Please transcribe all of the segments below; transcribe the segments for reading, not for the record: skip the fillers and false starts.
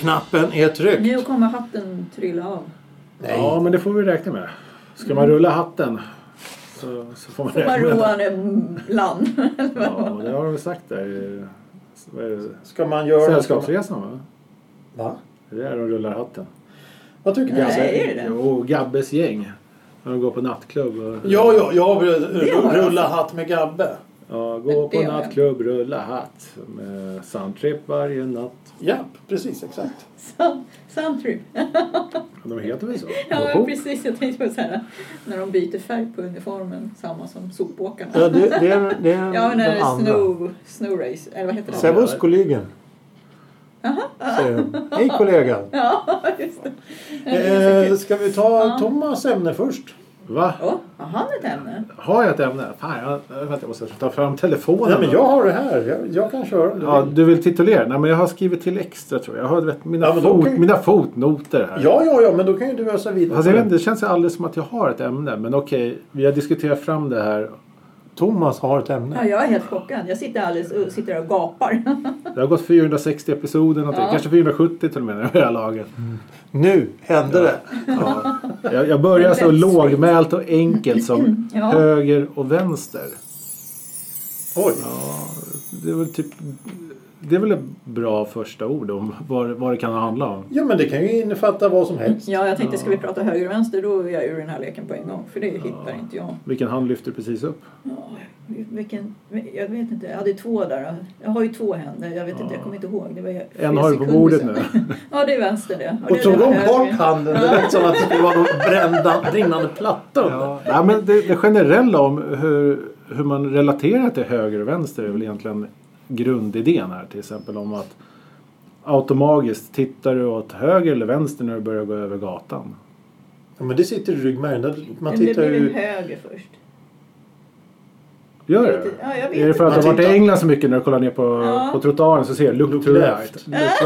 Knappen är tryckt. Nu kommer hatten trilla av. Nej. Ja, men det får vi räkna med. Ska man rulla hatten så får man räkna med roa land. Ja, det har de sagt där. Ska man göra Sällskapsresan, va? Va? Det är de rullar hatten. Vad tycker du? Nej, är det? Och Gabbes gäng. När de går på nattklubb. Och... Ja, rulla hatt med Gabbe. Ja, gå på nattklubb, rulla hatt. Med Soundtrip varje natt. Ja, precis, exakt. Soundtrip. De heter väl så? Ja, precis. Jag tänkte på så här. När de byter färg på uniformen. Samma som sopåkarna. Ja, det är ja, när det är andra. snow race. Eller vad heter det? Servus-kollegan. Jaha. Hej kollegan. Ja, just det. Ska vi ta Thomas ämne först? Va? Har han ett ämne? Har jag ett ämne? Fan, jag måste ta fram telefonen. Nej, men jag har det här. Jag kan köra. Ja, du vill titulera? Nej, men jag har skrivit till extra, tror jag. Jag har mina fotnoter här. Ja, men då kan ju du ösa vidare. Alltså, jag vet inte, det känns alldeles som att jag har ett ämne. Men okej, vi har diskuterat fram det här. Thomas har ett ämne. Ja, jag är helt chockad. Jag sitter och gapar. Det har gått 460 episoder. Kanske 470 till och med i det här laget. Nu händer det. Ja. Jag börjar så lågmält och enkelt som höger och vänster. Oj. Ja, det är väl ett bra första ord om vad det kan handla om. Ja, men det kan ju innefatta vad som helst. Ja, jag tänkte ska vi prata höger och vänster, då är jag ur den här leken på en gång. För det hittar inte jag. Vilken hand lyfter precis upp? Ja, jag vet inte. Jag hade 2 där. Jag har ju 2 händer. Jag vet inte, jag kommer inte ihåg. Det var en har du på bordet nu. Ja, det är vänster det. Och tog de bort handen. Det lät som att det skulle vara någon brinnande platta. Ja, men det generella om hur man relaterar till höger och vänster är väl egentligen grundidén här. Till exempel om att automatiskt tittar du åt höger eller vänster när du börjar gå över gatan. Ja, men det sitter i ryggmärgen. Man det tittar blir ju... höger först. Gör det? Ja, jag vet är det för att du har varit i England så mycket när du kollar ner på trottoaren så ser du look to right.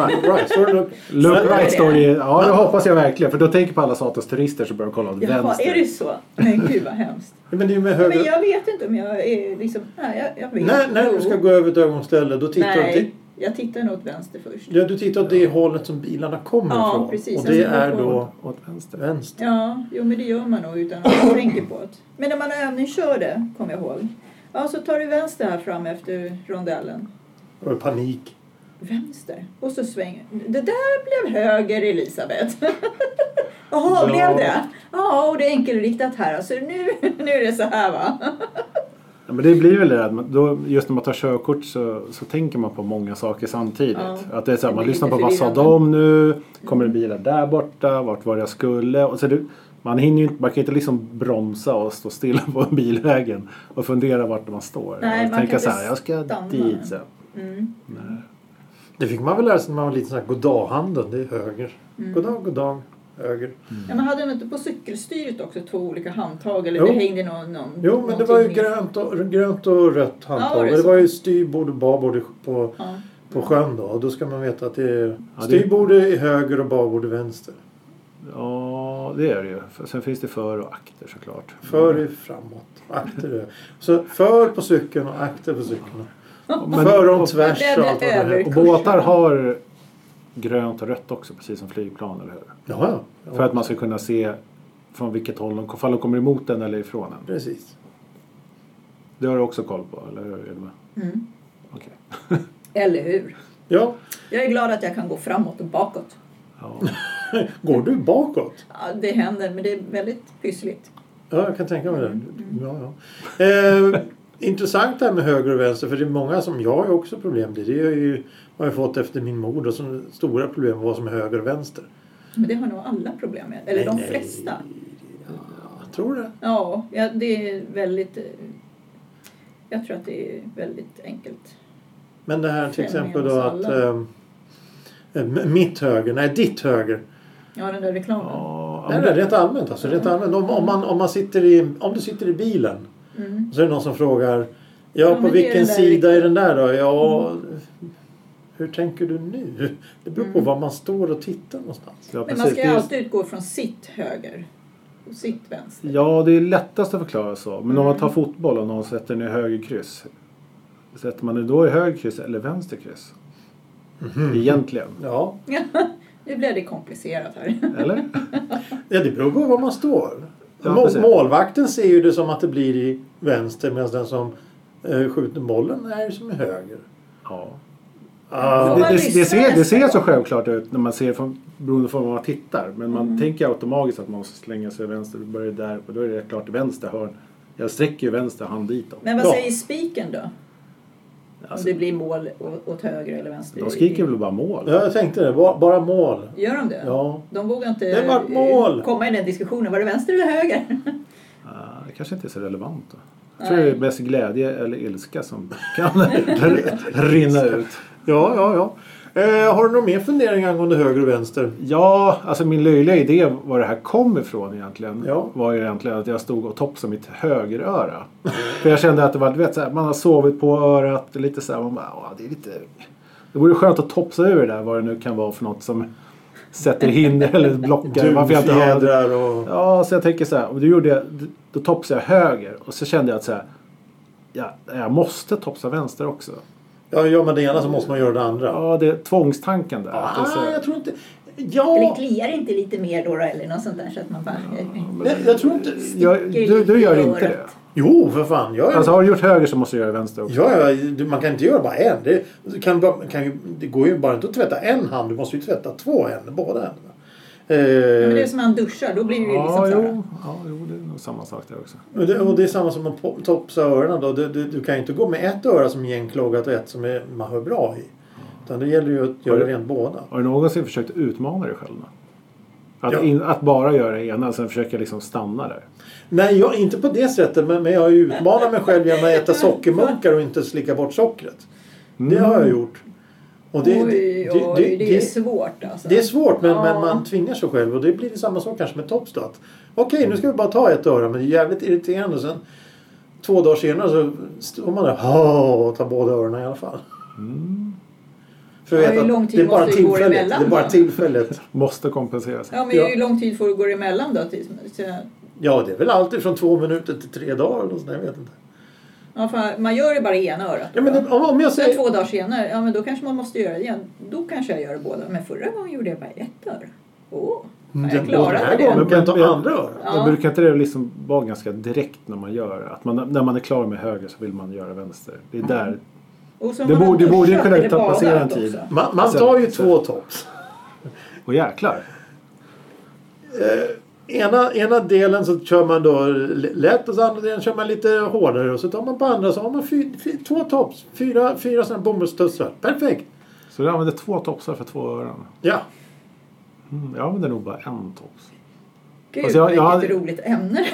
Look right står det. Ja, det hoppas jag verkligen. För då tänker på alla satans turister som börjar kolla åt vänster. Är det så? Men gud vad hemskt. Ja, men det är med höger... Men jag vet inte om jag är liksom... Nej, jag vet. När du ska gå över ett ögonställe då tittar du till... Jag tittar nog åt vänster först. Ja, du tittar åt det hållet som bilarna kommer ifrån. Precis. Och det är då åt vänster. Ja, men det gör man nog utan att man tänker på det. Men när man övningskör det, kommer jag ihåg. Ja, så tar du vänster här fram efter rondellen. Det var panik. Vänster. Och så svänger. Det där blev höger, Elisabeth. Jaha, blev det? Ja, och det är enkelriktat här. Alltså nu är det så här, va? Ja, men det blir väl det att då, just när man tar körkort så tänker man på många saker samtidigt. Ja, att det är så här, man lyssnar på vad sa de nu? Kommer det bilar där borta? Vart var jag skulle? Och så man kan inte liksom bromsa och stå stilla på bilvägen och fundera vart man står. Nej, och man tänka kan så här, jag ska dit sen. Nej. Det fick man väl lära sig när man var liten så här, goddag-handen, det är höger. God-dag, höger. Ja, man hade inte på cykelstyret också 2 olika handtag eller det hängde någon Jo, men det var ju grönt och rött handtag. Det var ju styrbord och babord på sjön då. Och då ska man veta att det är styrbord i höger och babord i vänster. Ja, det är det ju. Sen finns det för och akter såklart. För är framåt, akter är. Så för på cykeln och akter på cykeln. För om tvärs och båtar har grönt och rött också, precis som flygplan, eller hur? Ja. För att man ska kunna se från vilket håll de kommer emot den eller ifrån den. Precis. Det har du också koll på, eller hur? Är du med? Okej. Eller hur? Ja. Jag är glad att jag kan gå framåt och bakåt. Ja. Går du bakåt? Ja, det händer, men det är väldigt pyssligt. Ja, jag kan tänka mig det. Ja. Intressant det här med höger och vänster, för det är många som jag har också problem med. Det har jag fått efter min mor och som stora problem vad som är höger och vänster. Men det har nog alla problem med, eller de flesta. Jag tror det. Ja, det är väldigt... Jag tror att det är väldigt enkelt. Men det här till exempel då att mitt höger, ditt höger. Ja, den där reklamen. Nej, det är rent allmänt. Alltså, rent allmänt. Om du sitter i bilen så är det någon som frågar på vilken sida är den där då? Ja, hur tänker du nu? Det beror på var man står och tittar någonstans. Ja, men man ska ju alltid utgå från sitt höger och sitt vänster. Ja, det är lättast att förklara så. Men om man tar fotboll och någon sätter den i höger kryss. Sätter man det då i höger kryss eller vänster kryss? Egentligen. Ja. Nu blir det komplicerat här. Eller? Ja, det beror på var man står. Ja, Målvakten ser ju det som att det blir i vänster medan den som skjuter bollen är som i höger. Ja. Det Det ser så självklart ut när man ser beroende på vad man tittar. Men man tänker automatiskt att man måste slänga sig vänster och börja där. Och då är det klart vänster hörn. Jag sträcker ju vänster hand ditåt. Men vad säger spiken då? Om det blir mål åt höger eller vänster? De skriker väl bara mål. Ja, jag tänkte det. Bara mål. Gör de det? Ja. De vågar inte det var mål. komma i den diskussionen. Var det vänster eller höger? Det kanske inte är så relevant då. Jag tror det är mest glädje eller ilska som kan rinna ut. Ja. Har du någon mer fundering angående höger och vänster? Ja, alltså min löjliga idé var det här kom ifrån egentligen. Ja. Var ju egentligen att jag stod och topsade mitt högeröra. För jag kände att det var, du vet, så här, man har sovit på örat lite så här, man bara, det är lite... Det vore skönt att topsa ur det där, vad det nu kan vara för något som sätter hinder eller blockar. Varför jag inte har... och... Ja, så jag tänker så här, och då topsade jag höger. Och så kände jag att så här, jag måste topsa vänster också. Ja, gör man det ena så måste man göra det andra. Ja, det är tvångstanken där. Jag tror inte... Eller kliar inte lite mer då eller något sånt där så att man bara... Jag tror inte... Du gör inte det. Jo, för fan. Alltså har du gjort höger så måste du göra vänster också. Ja, man kan inte göra bara en. Det går ju bara inte att tvätta en hand. Du måste ju tvätta två händer, båda händerna. Men det är som man duschar, då blir det ju liksom så här. Jo, det är nog samma sak där också. Och det är samma som att topsa öronen då. Du kan ju inte gå med ett öra som är igenkloggat och ett som man hör bra i. Utan det gäller ju att göra rent båda. Har du någonsin försökt utmana dig själv då? Att bara göra det ena och sen försöka liksom stanna där? Nej, inte på det sättet. Men jag har ju utmanat mig själv genom att äta sockermunkar och inte slicka bort sockret. Det har jag gjort. Och det är svårt alltså. Det är svårt men man tvingar sig själv. Och det blir det samma sak kanske med toppstat. Okej, nu ska vi bara ta ett öra. Men det är jävligt irriterande. Och sen 2 dagar senare så står man där och tar båda öronen i alla fall. För jag vet att det är bara tillfället. Det är bara tillfället. Måste kompensera sig. Ja, men hur lång tid får du gå emellan då? Ja, det är väl alltid från 2 minuter till 3 dagar. Eller så, jag vet inte. Ja, för man gör det bara i ena örat. Ja, men om jag säger... Sen 2 dagar senare, ja men då kanske man måste göra det igen. Då kanske jag gör det båda. Men förra gången gjorde jag bara ett öra. Jag klarade det. Men kan ta andra öra. Ja. Men brukar inte det liksom vara ganska direkt när man gör det? Att när man är klar med höger så vill man göra vänster. Det är där... Det borde ju kunna passera en tid. Man tar ju 2 tops. Och jäklar. Ena delen så kör man då lätt och så andra delen kör man lite hårdare. Och så tar man på andra så har man 2 tops. 4 sådana bomullstussar. Perfekt. Så du använder 2 topsar för 2 öron? Ja. Jag använder nog bara 1 tops. Gud, jag vilket roligt ämne.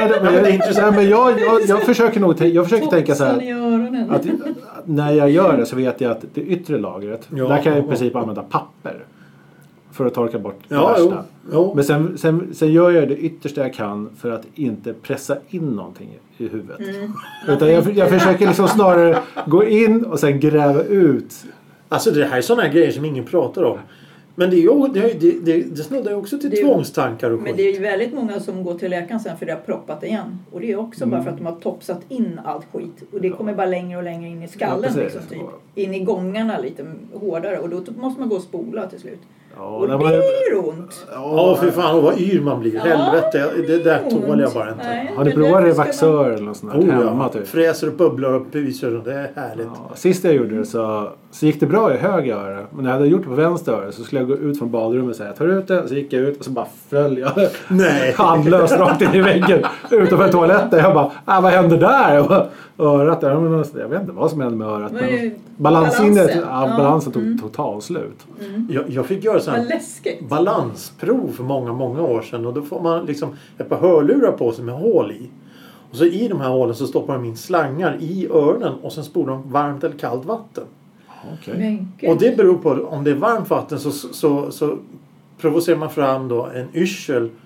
Jag försöker tänka så här att när jag gör det så vet jag att det yttre lagret där kan jag i princip använda papper för att torka bort det värsta. Men sen gör jag det yttersta jag kan för att inte pressa in någonting i huvudet. Utan jag försöker liksom snarare gå in och sen gräva ut. Alltså det här är sådana grejer som ingen pratar om. Men det snuddar ju också till tvångstankar och skit. Men det är ju väldigt många som går till läkaren sen för det har proppat igen. Och det är också bara för att de har topsat in allt skit. Och det kommer bara längre och längre in i skallen. Liksom, typ. In i gångarna lite hårdare. Och då måste man gå och spola till slut. Och det gör ont. Ja, för fan. Och vad yr man blir. Helvete. Det där tål jag bara inte. Nej, har du provat revaxör eller något sånt där hemma? Typ? Fräser och bubblar och pyser. Det är härligt. Sist jag gjorde det så gick det bra i höger öra. Men när jag hade gjort det på vänster öra så skulle jag gå ut från badrummet och säga jag tar ut det. Så gick jag ut och så bara föll jag handlöst rakt in i väggen utanför toaletten. Jag bara, vad händer där? Och örat där. Jag vet inte vad som hände med örat. Men balansen tog totalt slut. Jag fick göra så balansprov för många år sedan. Och då får man liksom ett par hörlurar på sig med hål i. Och så i de här hålen så stoppar de in slangar i öronen. Och sen spolar de varmt eller kallt vatten. Okay. Och det beror på om det är varmt vatten så provocerar man fram då en yrsel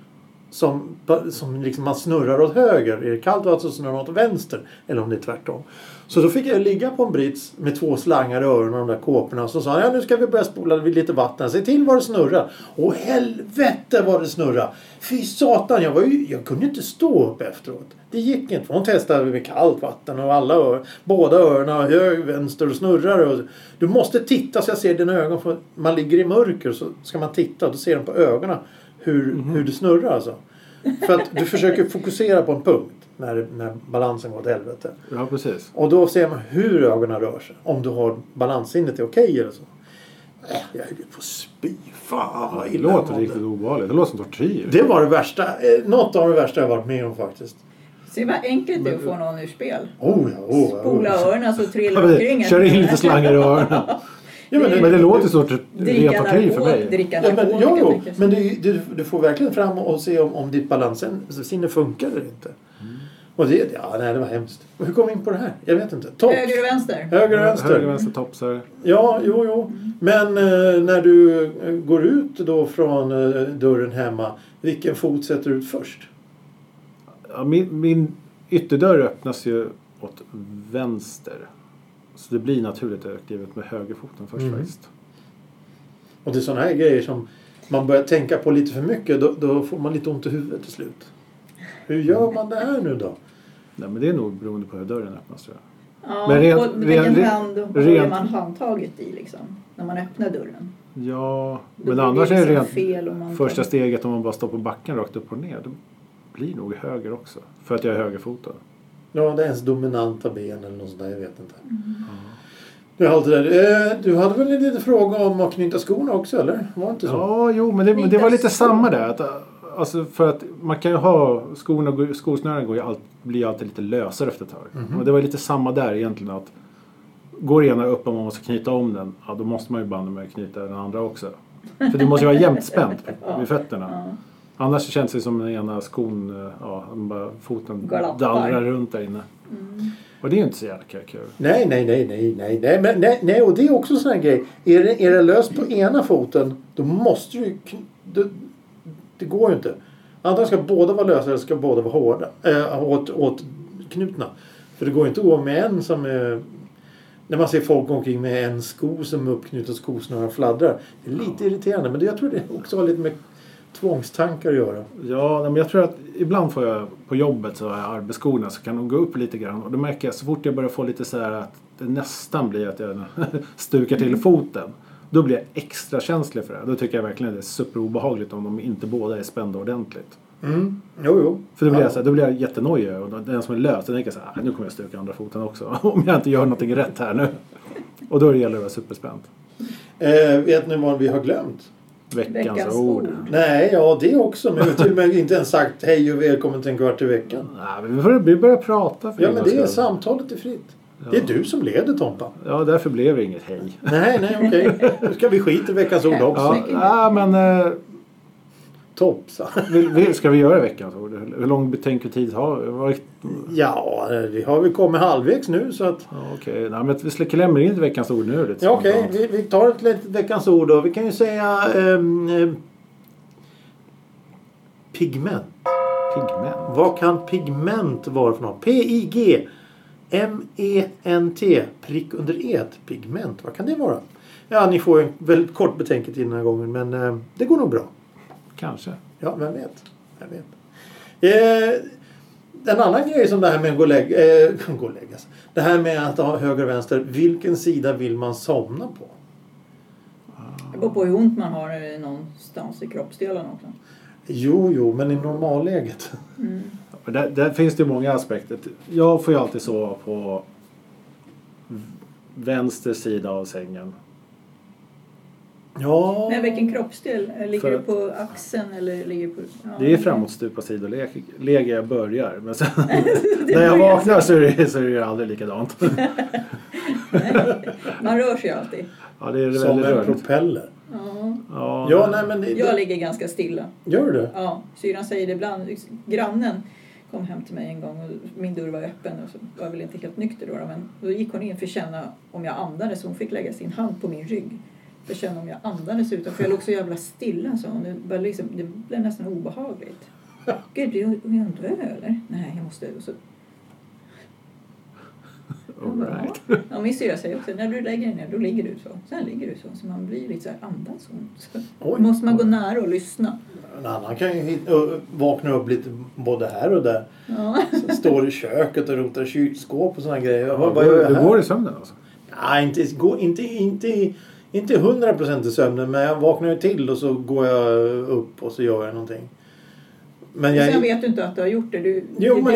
som liksom man snurrar åt höger. Är det kallt vatten så snurrar man åt vänster. Eller om det är tvärtom. Så då fick jag ligga på en brits med 2 slangar i öronen och de där kåporna. Så sa jag, nu ska vi börja spola vid lite vatten. Se till vad det snurrar. Och helvete vad det snurrar. Fy satan, jag kunde inte stå upp efteråt. Det gick inte. Hon testade med kallt vatten och båda öronen höger, vänster och snurrar. Och du måste titta så jag ser dina ögon. För man ligger i mörker så ska man titta och då ser de på ögonen hur det snurrar alltså. För att du försöker fokusera på en punkt när balansen går åt helvete. Ja, precis. Och då ser man hur ögonen rör sig. Om du har balanssinnet är okej eller så. Jag är ju på spy. Fan vad illa. Det låter riktigt obehagligt. Det låter som tortyr. Det var det värsta. Något av det värsta jag varit med om faktiskt. Se vad enkelt det är att få någon ur spel. Spola öronen så trillar omkring. Kör in lite slangar i öronen. Ja, men det låter så ren tortyr för mig. Men du får verkligen fram och se om ditt balanssinne funkar eller inte. Och det var hemskt. Och hur kom vi in på det här? Jag vet inte. Tops. Höger och vänster. Höger och vänster topsar. Ja, jo. Men när du går ut då från dörren hemma, vilken fot sätter du ut först? Ja, min ytterdörr öppnas ju åt vänster. Så det blir naturligt aktivet med högerfoten först faktiskt. Och det är sådana här grejer som man börjar tänka på lite för mycket. Då får man lite ont i huvudet till slut. Hur gör man det här nu då? Nej, men det är nog beroende på hur dörren öppnas tror jag. Ja, men och vilken hand har man handtaget i liksom, när man öppnar dörren? Ja, men annars är det rent första steget om man bara står på backen rakt upp och ner. Det blir nog höger också. För att jag är högerfotad. Ja, det är ens dominanta ben eller något sånt där, jag vet inte. Det är allt det där. Du hade väl en liten fråga om att knyta skorna också, eller? Var det inte så? Ja, jo, men det var lite samma där. Alltså för att man kan ju ha skosnören blir alltid lite lösare efter ett tag. Och det var lite samma där egentligen att går ena upp om man måste knyta om den, ja då måste man ju banda med att knyta den andra också. För det måste ju vara jämnt spänt vid fötterna. Annars känns det som den ena skon, bara foten dallrar runt där inne. Och det är ju inte så jävla kul. Nej, och det är också en sån här grej. Är det löst på ena foten, då måste du det går ju inte. Antingen ska båda vara lösa eller ska båda vara hårda. Åt knutna. För det går inte att gå med en som är... När man ser folk omkring med en sko som är uppknuten och skosnören fladdrar. Det är lite irriterande. Men jag tror det också har lite med tvångstankar att göra. Ja, men jag tror att ibland får jag på jobbet så har jag arbetsskorna så kan de gå upp lite grann. Och då märker jag så fort jag börjar få lite så här att det nästan blir att jag stukar till foten. Då blir jag extra känslig för det. Då tycker jag verkligen att det är superobehagligt om de inte båda är spända ordentligt. Jo. För då blir jag jättenojig. Och den som är lös, då tänker jag så här, nu kommer jag stuka andra foten också. Om jag inte gör någonting rätt här nu. Och då gäller det att vara superspänt. Vet ni vad vi har glömt? Veckans ord. Nej, det också. Men vi har till och med inte ens sagt hej och välkommen till en kvart i veckan. Nej, men vi börjar prata. Ja, men det är samtalet är fritt. Ja. Det är du som leder, Tompa. Ja, därför blev det inget hej. Nej, okej. Nu ska vi skita i veckans ord också. Ja, men... Toppsa. Ska vi göra veckans ord? Hur lång betänketid har vi? Ja, vi har väl kommit halvvägs nu så att... Ja, okej. Nej, men vi klämmer in till veckans ord nu. Ja, okej. Vi tar ett litet veckans ord då. Vi kan ju säga... pigment. Pigment. Vad kan pigment vara för något? P-I-G-M-E-N-T. Prick under et. Pigment. Vad kan det vara? Ja, ni får en väldigt kort betänketid den här gången. Men det går nog bra. Kanske. Ja, vem vet. En annan grej som det här med att gå och läggas. Det här med att ha höger och vänster. Vilken sida vill man somna på? Det beror på hur ont man har någonstans i kroppsdelen också. Jo, men i normalläget. Där finns det många aspekter. Jag får ju alltid sova på vänster sida av sängen. Ja. Men vilken kroppsdel? Ligger du på axeln eller ligger på... Ja. Det är framåtstupa sidoläge jag börjar. Men sen, när jag vaknar så är det aldrig likadant. Nej, man rör sig alltid. Ja, det är som en rörigt. Propeller. Ja, nej, men jag ligger ganska stilla. Gör du det? Ja, syrran säger det ibland. Grannen kom hem till mig en gång och min dörr var öppen och så var jag väl inte helt nykter då. Men då gick hon in för att känna om jag andades. Så hon fick lägga sin hand på min rygg. För att känna om jag andades utan. För jag låg så jävla stilla. Så det blev nästan obehagligt. Gud, är hon död eller? Nej, jag måste... Och så... Right. Ja, min syra säger också, när du lägger dig ner, då ligger du så. Sen ligger du så man blir lite så här andas så måste man gå nära och lyssna. En annan kan ju vakna upp lite både här och där. Ja. Står i köket och rotar i kylskåp och såna grejer. Ja, vad gör jag här? Du går i sömnen alltså? Nej, inte 100% i sömnen, men jag vaknar ju till och så går jag upp och så gör jag någonting. Men sen vet du inte att du har gjort det. Men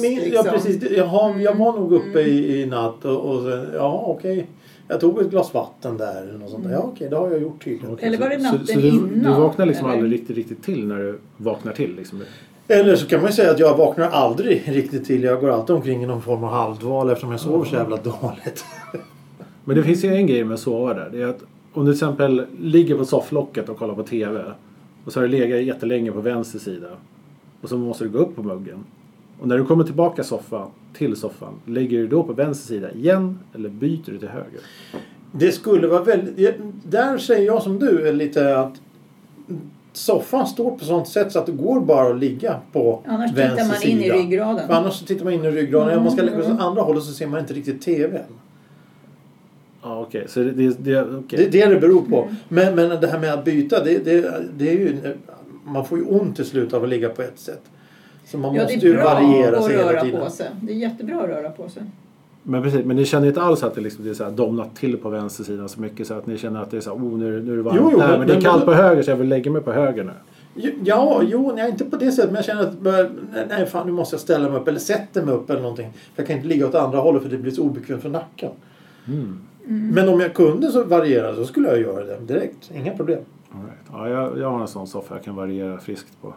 jag var nog uppe i natt och så, okej. Jag tog ett glas vatten där eller något sånt där. Ja, okej, det har jag gjort tydligen. Eller var det natten så innan? Du vaknar liksom eller? aldrig riktigt till när du vaknar till liksom. Eller så kan man ju säga att jag vaknar aldrig riktigt till. Jag går alltid omkring i någon form av halvdval eftersom jag sover så jävla dåligt. Men det finns ju en grej med att sova där. Det är att om du till exempel ligger på sofflocket och kollar på TV. Och så har du legat jättelänge på vänster sida. Och så måste du gå upp på muggen. Och när du kommer tillbaka till soffan. Lägger du då på vänster sida igen. Eller byter du till höger? Det skulle vara väldigt... Där säger jag som du är lite att... Soffan står på sånt sätt så att det går bara att ligga på annars vänster sida. Annars tittar man in i ryggraden. För annars tittar man in i ryggraden. Om man ska lägga på andra hållet så ser man inte riktigt TV:n. Ja, okej. Så det är det beror på. Men det här med att byta, det är ju... Man får ju ont till slut av att ligga på ett sätt. Så man måste ju variera sig hela tiden. På sig. Det är jättebra att röra på sig. Men precis, men ni känner inte alls att det liksom, det är så här domnat till på vänster sidan så mycket så att ni känner att det är så här, nu är det varmt där, men det är kallt på höger så jag vill lägga mig på höger nu. Nej, inte på det sättet, men jag känner att nej fan, nu måste jag ställa mig upp eller sätta mig upp eller någonting. För jag kan inte ligga åt andra hållet för det blir så obekvämt för nacken. Men om jag kunde så variera så skulle jag göra det direkt, inga problem. Right. Ja, jag har en sån soffa jag kan variera friskt på.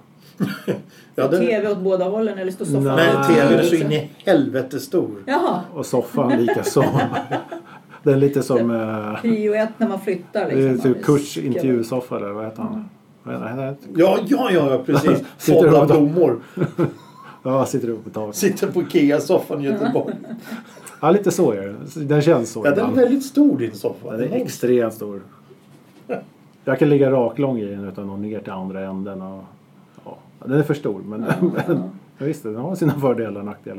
TV åt båda hållen eller står soffan? Nej, TV är så in i helvete stor. Jaha. Och soffan lika så. Det är lite som... Prio 1 när man flyttar. Liksom. Typ kursintervjusoffa eller vad heter han? Ja, precis. Fådda blommor. Ja, sitter du på taket. Sitter på Ikea-soffan i Göteborg. Ja, lite så är det. Den känns så. Ja, den är väldigt stor din soffa. Ja, den är extremt stor. Jag kan ligga raklång i den utan att ner till andra änden. Och, ja, den är för stor. Men visst, den har sina fördelar och nackdelar.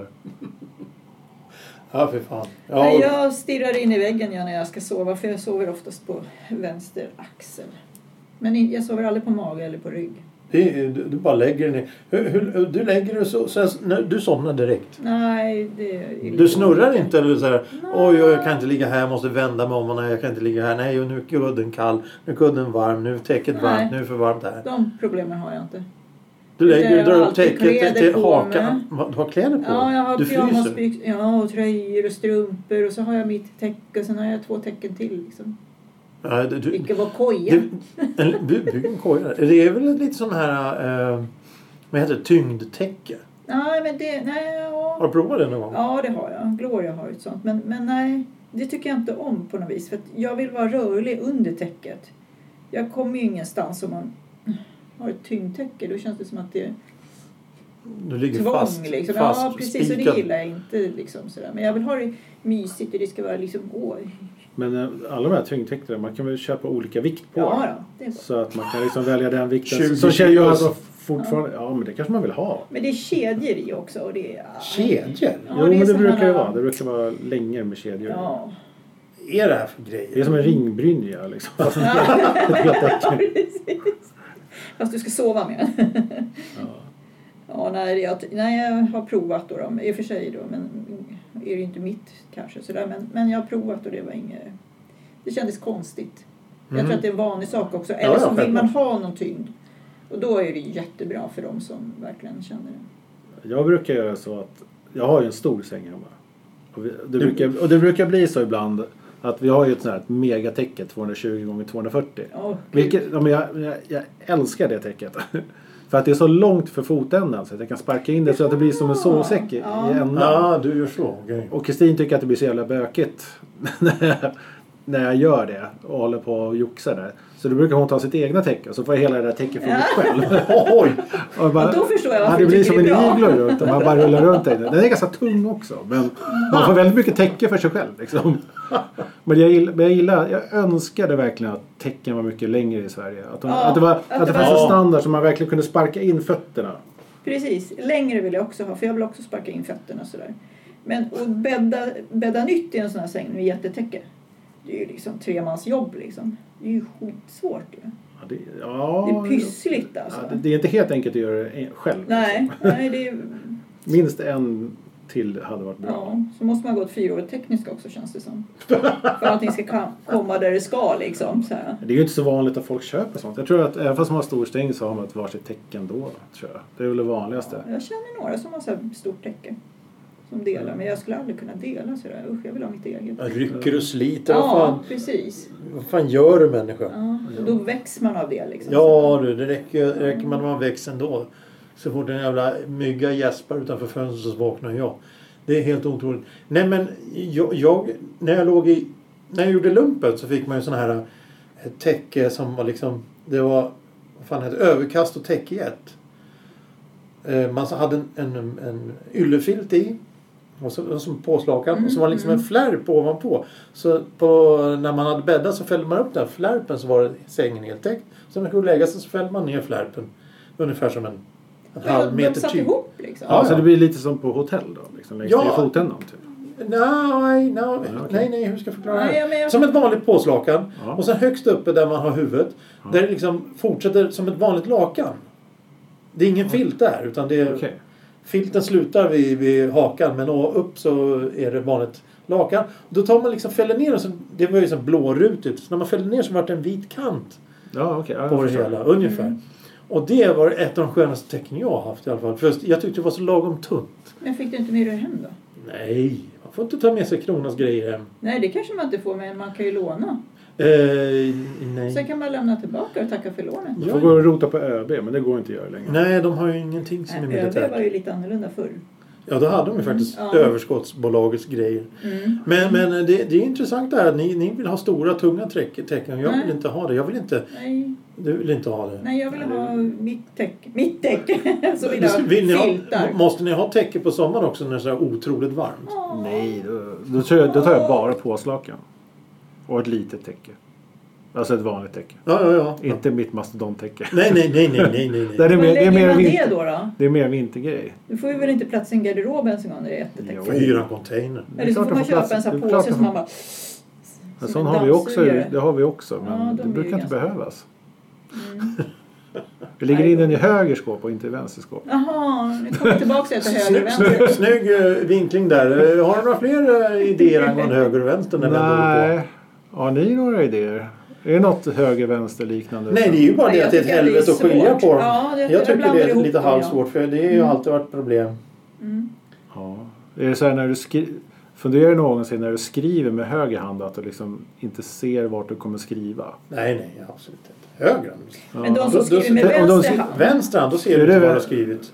Ja, för fan. Ja. Jag stirrar in i väggen när jag ska sova. För jag sover oftast på vänster axel. Men jag sover aldrig på mage eller på rygg. Du bara lägger den i. Du lägger dig så du somnar direkt. Nej, det är du snurrar inte eller så här. Oj, jag kan inte ligga här, jag måste vända mig om. Nej, jag kan inte ligga här. Nej, och nu är kudden kall. Nu är kudden varm. Nu är täcket varmt. Nu är det för varmt här. De problemen har jag inte. Du drar upp täcket till hakan. Du har kläder på? Ja, jag har pyjamasbyxor. Ja, och tröjor och strumpor. Och så har jag mitt täcke. Och sen har jag 2 täcken till liksom. Vilka var koja? Bygg en koja. Det är väl lite sån här vad heter det? Tyngdtäcke? Nej, men det... Har du provat det någon gång? Ja, det har jag. Gloria har ett sånt. Men nej, det tycker jag inte om på något vis. För att jag vill vara rörlig under täcket. Jag kommer ju ingenstans om man har ett tyngdtäcke. Då känns det som att det är du ligger tvång. fast, liksom. fast ja, precis. spikad. Och det gillar jag inte. Liksom, sådär. Men jag vill ha det mysigt och det ska vara liksom... Men alla de här tyngdtäckterna, man kan väl köpa olika vikt på. Ja, det är så att man kan liksom välja den vikten. 20 så känner jag alltså fortfarande... Ja, men det kanske man vill ha. Men det är kedjor i också. Och det är, kedjor? Ja, jo, men det brukar det vara. Det brukar vara längre med kedjor. Ja. Är det här för grejer? Det är som en ringbrynja liksom. Fast fast du ska sova med. Ja, nej, jag har provat då. I och för sig då. Men är det inte mitt kanske. Sådär. Men jag har provat och det var inget... Det kändes konstigt. Jag tror att det är en vanlig sak också. Eller så vill man ha någon tyngd. Och då är det jättebra för dem som verkligen känner det. Jag brukar göra så att... Jag har ju en stor säng hemma. Och det brukar bli så ibland... Att vi har ju ett sånt här megatäcke 220x240. Vilket, jag älskar det täcket. För att det är så långt för fotändan så att jag kan sparka in det så att det blir som en sovsäck i ändan. Ja, du gör så. Okay. Och Kristin tycker att det blir så jävla bökigt när jag gör det och håller på och joxar där. Så då brukar hon ta sitt egna täcke och så får jag hela det där täcket från mig själv. Oj! Och bara, då förstår jag varför det blir som en iglo runt och man bara rullar runt där. Den är ganska tung också. Men man får väldigt mycket täcke för sig själv. Liksom. Men jag önskade verkligen att täcken var mycket längre i Sverige. Att det fanns en standard som man verkligen kunde sparka in fötterna. Precis, längre vill jag också ha för jag vill också sparka in fötterna och sådär. Men att bädda nytt i en sån här säng med jättetäcke, det är ju liksom 3-mans jobb liksom. Det är ju skitsvårt ju. Ja, det är pyssligt alltså. Ja, det är inte helt enkelt att göra det själv. Nej, det är... Minst en till hade varit bra. Ja, så måste man gå ett 4-årigt tekniskt också känns det som. För att allting ska komma där det ska liksom. Så här. Det är ju inte så vanligt att folk köper sånt. Jag tror att även fast man har stor stäng så har man ett varsitt tecken då. Tror jag. Det är väl det vanligaste. Ja, jag känner några som har så här stort täcke. Som delar. Men jag skulle aldrig kunna dela sådär. Usch, jag vill ha mitt eget. Jag rycker och sliter. Ja, precis. Vad fan gör du människa? Ja, då växer man av det liksom. Ja, det räcker man när man växer ändå. Så fort en jävla mygga gäspar utanför fönstret så vaknar jag. Det är helt otroligt. Nej men när jag gjorde lumpet så fick man ju sån här täcke som var liksom, det var vad fan heter, överkast och täcke i ett. Man hade en yllefilt i och så, som påslakan och så var det liksom en flärp ovanpå. Så när man hade bäddat så fällde man upp den flärpen så var sängen helt täckt. Så när man kunde lägga sig så fällde man ner flärpen ungefär som en halv meter de satt typ. Ihop liksom. Ja, så det blir lite som på hotell då? Liksom, längst i fotändan typ. Nej, hur ska jag förklara det här? Som ett vanligt påslakan. Ja. Och sen högst uppe där man har huvudet. Ja. Där det liksom fortsätter som ett vanligt lakan. Det är ingen filt där. Utan det är, filten slutar vid hakan. Men upp så är det vanligt lakan. Då tar man liksom, fäller ner. Och så, det var ju så blårutigt. Så när man fäller ner så var det en vit kant. På det hela, ungefär. Och det var ett av de skönaste tecken jag har haft i alla fall. För jag tyckte det var så lagom tunt. Men fick du inte med dig hem då? Nej, man får inte ta med sig Kronas grejer hem. Nej, det kanske man inte får, men man kan ju låna. Nej. Sen kan man lämna tillbaka och tacka för lånet. Du får gå och rota på ÖB, men det går inte att göra längre. Nej, de har ju ingenting som är militärt. ÖB var ju lite annorlunda förr. Ja, då hade de ju faktiskt överskottsbolagets grejer. Men det är intressant där. Ni vill ha stora, tunga tecken. Jag vill inte ha det. Jag vill inte... Nej. Du vill inte ha det? Nej, jag vill ha mitt täcke. Så vill jag ha filtar. Måste ni ha täcke på sommaren också när det är så här otroligt varmt? Nej, då tar jag bara påslakan. Och ett litet täcke. Alltså ett vanligt täcke. Ja. Inte mitt mastodontäcke. Nej. Det är mer vintergrej. Du får ju väl inte plats i en garderob ens en gång när det är jättetäcke. Får hyra en container. Eller så får man köpa en sån här påse som man bara... Men sån har vi också. Det har vi också. Men det brukar inte behövas. Vi ligger in den i höger skåp och inte i vänster skåp. Jaha, nu kommer vi tillbaka till höger och vänster. Snygg vinkling där. Har du några fler idéer angående höger och vänster? Nej. Har ni några idéer? Är det något höger-vänster liknande? Nej, det är ju bara det att det är ett helvete att skilja på dem. Ja, jag tycker det är lite halvsvårt för det har ju alltid varit problem. Ja. Är det så här när du funderar någonsin när du skriver med höger hand att du liksom inte ser vart du kommer skriva? Nej, absolut inte. Höger hand. Men de som skriver med vänster hand. Vänster hand, då ser du inte vad du har skrivit.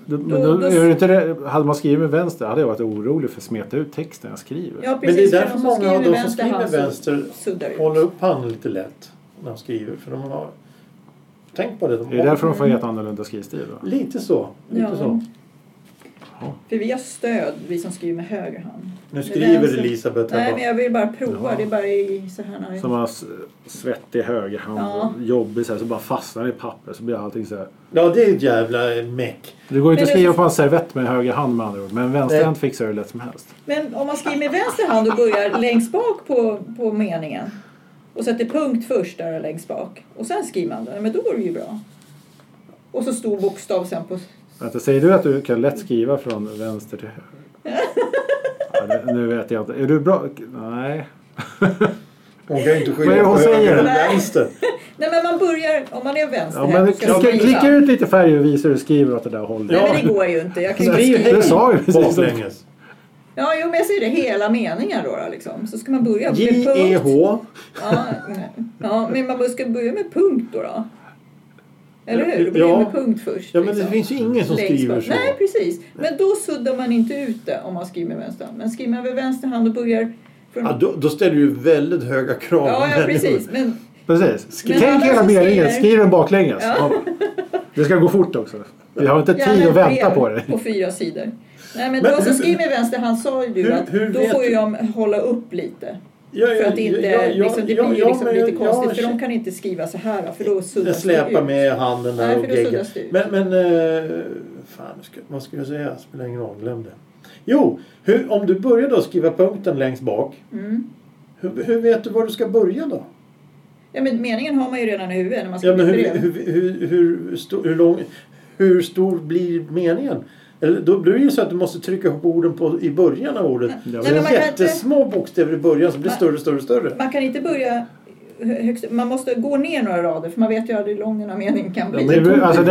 Hade man skrivit med vänster hade jag varit orolig för att smeta ut texten jag skriver. Ja, precis, men det är därför många av de som skriver med vänster håller upp handen lite lätt när de skriver. För de har tänkt på det. Är det därför de får helt annorlunda skrivstil då? Lite så. Så. För vi har stöd, vi som skriver med höger hand. Nu skriver Elisabeth här. Nej, men jag vill bara prova. Ja. Det är bara i så här. Som har svettig höger hand och jobbig så här, så bara fastnar i papper så blir allting så här. Ja, det är ett jävla meck. Det går inte att skriva på en servett med höger hand med andra ord. Men vänster hand fixar det lätt som helst. Men om man skriver med vänster hand och börjar längst bak på meningen. Och sätter punkt först där längst bak. Och sen skriver man det. Men då går det ju bra. Och så stor bokstav sen på... Vänta, säger du att du kan lätt skriva från vänster till höger? Ja, nu vet jag inte. Är du bra? Nej. Hon kan inte skilja på höger och vänster. Nej, men man börjar, om man är vänster. Ja, men klicka ut lite färg och visa hur du skriver åt det där hållet. Nej, men det går ju inte. Jag kan det sa ju precis. Ja, men jag säger det. Hela meningar då liksom. Så ska man börja med J-E-H. Ja, men man ska börja med punkt då. Eller hur? Det blir med punkt först. Ja, men det finns ju ingen som skriver så. Nej, precis. Men då suddar man inte ut det om man skriver med vänster hand. Men skriver man med vänster hand och börjar... Ja, då ställer du väldigt höga krav. Ja, precis. Men tänk hela meningen. Skriv den baklänges. Ja. Det ska gå fort också. Vi har inte tid att vänta på det. På 4 sidor. Nej, men då som skriver med vänster hand sa ju du att då får jag hålla upp lite. För att inte, det blir ju liksom lite konstigt. För de kan inte skriva så här. För då suddas det släpa med handen där och gegga. Men vad ska jag säga? Spelar ingen roll, glöm det. Jo, om du börjar då skriva punkten längst bak. Hur vet du var du ska börja då? Ja, men meningen har man ju redan i huvudet när man skriver brev. Hur stor blir meningen? Eller då blir det ju så att du måste trycka ihop orden i början av ordet. Ja. Så jättesmå bokstäver i början som blir större. Man kan inte börja högst, man måste gå ner några rader för man vet ju hur lång en mening kan bli. Men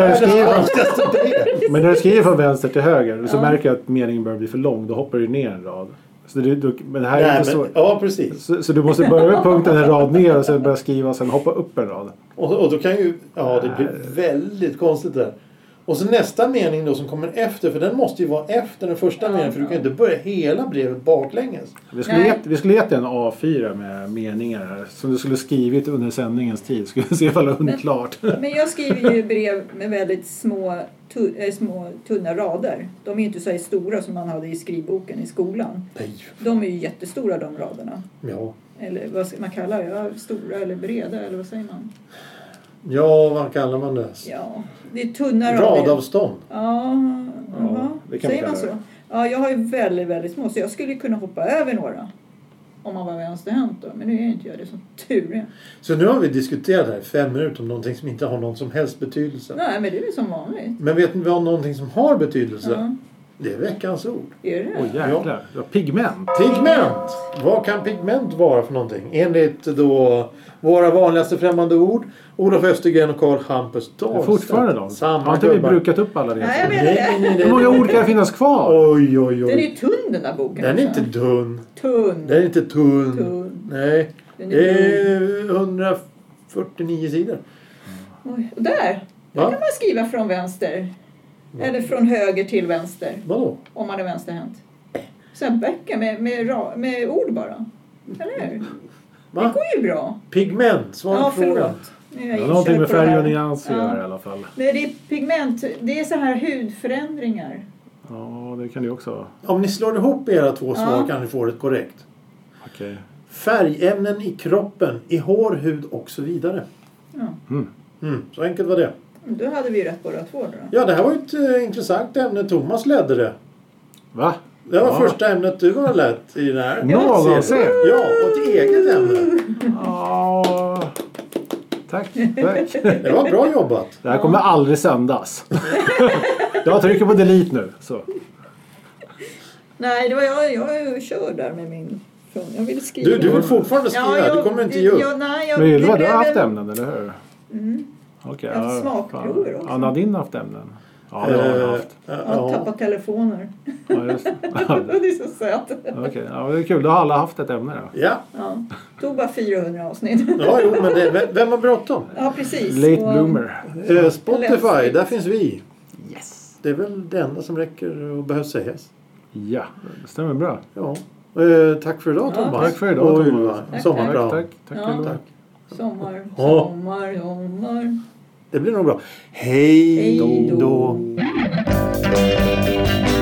när du skriver från vänster till höger så märker jag att meningen börjar bli för lång. Då hoppar du ner en rad. Så men det här är inte så. Ja, precis. Så du måste börja med punkten en rad ner och sen börja skriva och sen hoppa upp en rad. Och då kan ju... Ja, det blir väldigt konstigt där. Och så nästa mening då som kommer efter, för den måste ju vara efter den första meningen, för du kan inte börja hela brevet baklänges. Vi skulle geta en A4 med meningar här som du skulle skrivit under sändningens tid. Skulle se ifall det var klart. Men jag skriver ju brev med väldigt små tunna rader. De är ju inte så stora som man hade i skrivboken i skolan. Nej. De är ju jättestora, de raderna. Ja. Eller vad man kallar det? Stora eller breda, eller vad säger man? Ja, vad kallar man det? Ja, det är tunna radavstånd. Ja, det kan säger man så? Ja, jag har ju väldigt, väldigt små, så jag skulle kunna hoppa över några. Om man var vänsterhänt då. Men nu är inte jag det, som tur är. Så nu har vi diskuterat här i 5 minuter om någonting som inte har någon som helst betydelse. Nej, men det är väl som vanligt. Men vet ni om någonting som har betydelse? Ja. Det är veckans ord. Är det? Jäklar. Ja. Pigment. Pigment! Vad kan pigment vara för någonting? Enligt då våra vanligaste främmande ord. Olof Östergren och Carl Hampus Dahlstedt. Fortfarande då? Har inte vi brukat upp alla det? Nej, hur många ord kan finnas kvar? Oj. Den är tunn, den där boken. Den är inte tunn. Den är inte tunn. Nej. Det är 149 sidor. Oj. Och där kan man skriva från vänster. Eller från höger till vänster. Vadå? Om man är vänsterhänt. Så här böcker med ord bara. Eller hur? Det går ju bra. Pigment, svar på frågan. Någonting med färg och nyans i alla fall. Nej, det är pigment. Det är så här hudförändringar. Ja, det kan det också vara. Om ni slår ihop era 2 svar kan ni få det korrekt. Okej. Färgämnen i kroppen, i hår, hud och så vidare. Ja. Så enkelt var det. Då hade vi rätt båda 2 då. Ja, det här var ett intressant ämne. Thomas ledde det. Va? Det var första ämnet du har lett i den här. Någonsin? Ja, och ett eget ämne. Ja. Tack. Det var bra jobbat. Det här kommer aldrig sändas. Jag trycker på delete nu. Så. Nej, det var jag kör där med min... Jag vill skriva. Du vill fortfarande skriva, du kommer inte ge upp. Men Ylva, du har haft ämnen, eller hur? Okay, jag har haft smakprover också. Ja, Nadine har haft ämnen. Ja, det har jag haft. Jag har tappat telefoner. Ja, just det. Det är så söt. Okej, ja, det är kul. Då har alla haft ett ämne då. Ja. Tog bara 400 avsnitt. Ja, jo, men vem har bråttom? Ja, precis. Late bloomer. Spotify, där finns vi. Yes. Det är väl det enda som räcker och behövs sägas. Ja, det stämmer bra. Ja. Tack för idag, Thomas. Tack för idag, Thomas. Sommarbra. Tack. Sommar. Det blir nog bra. Hej då.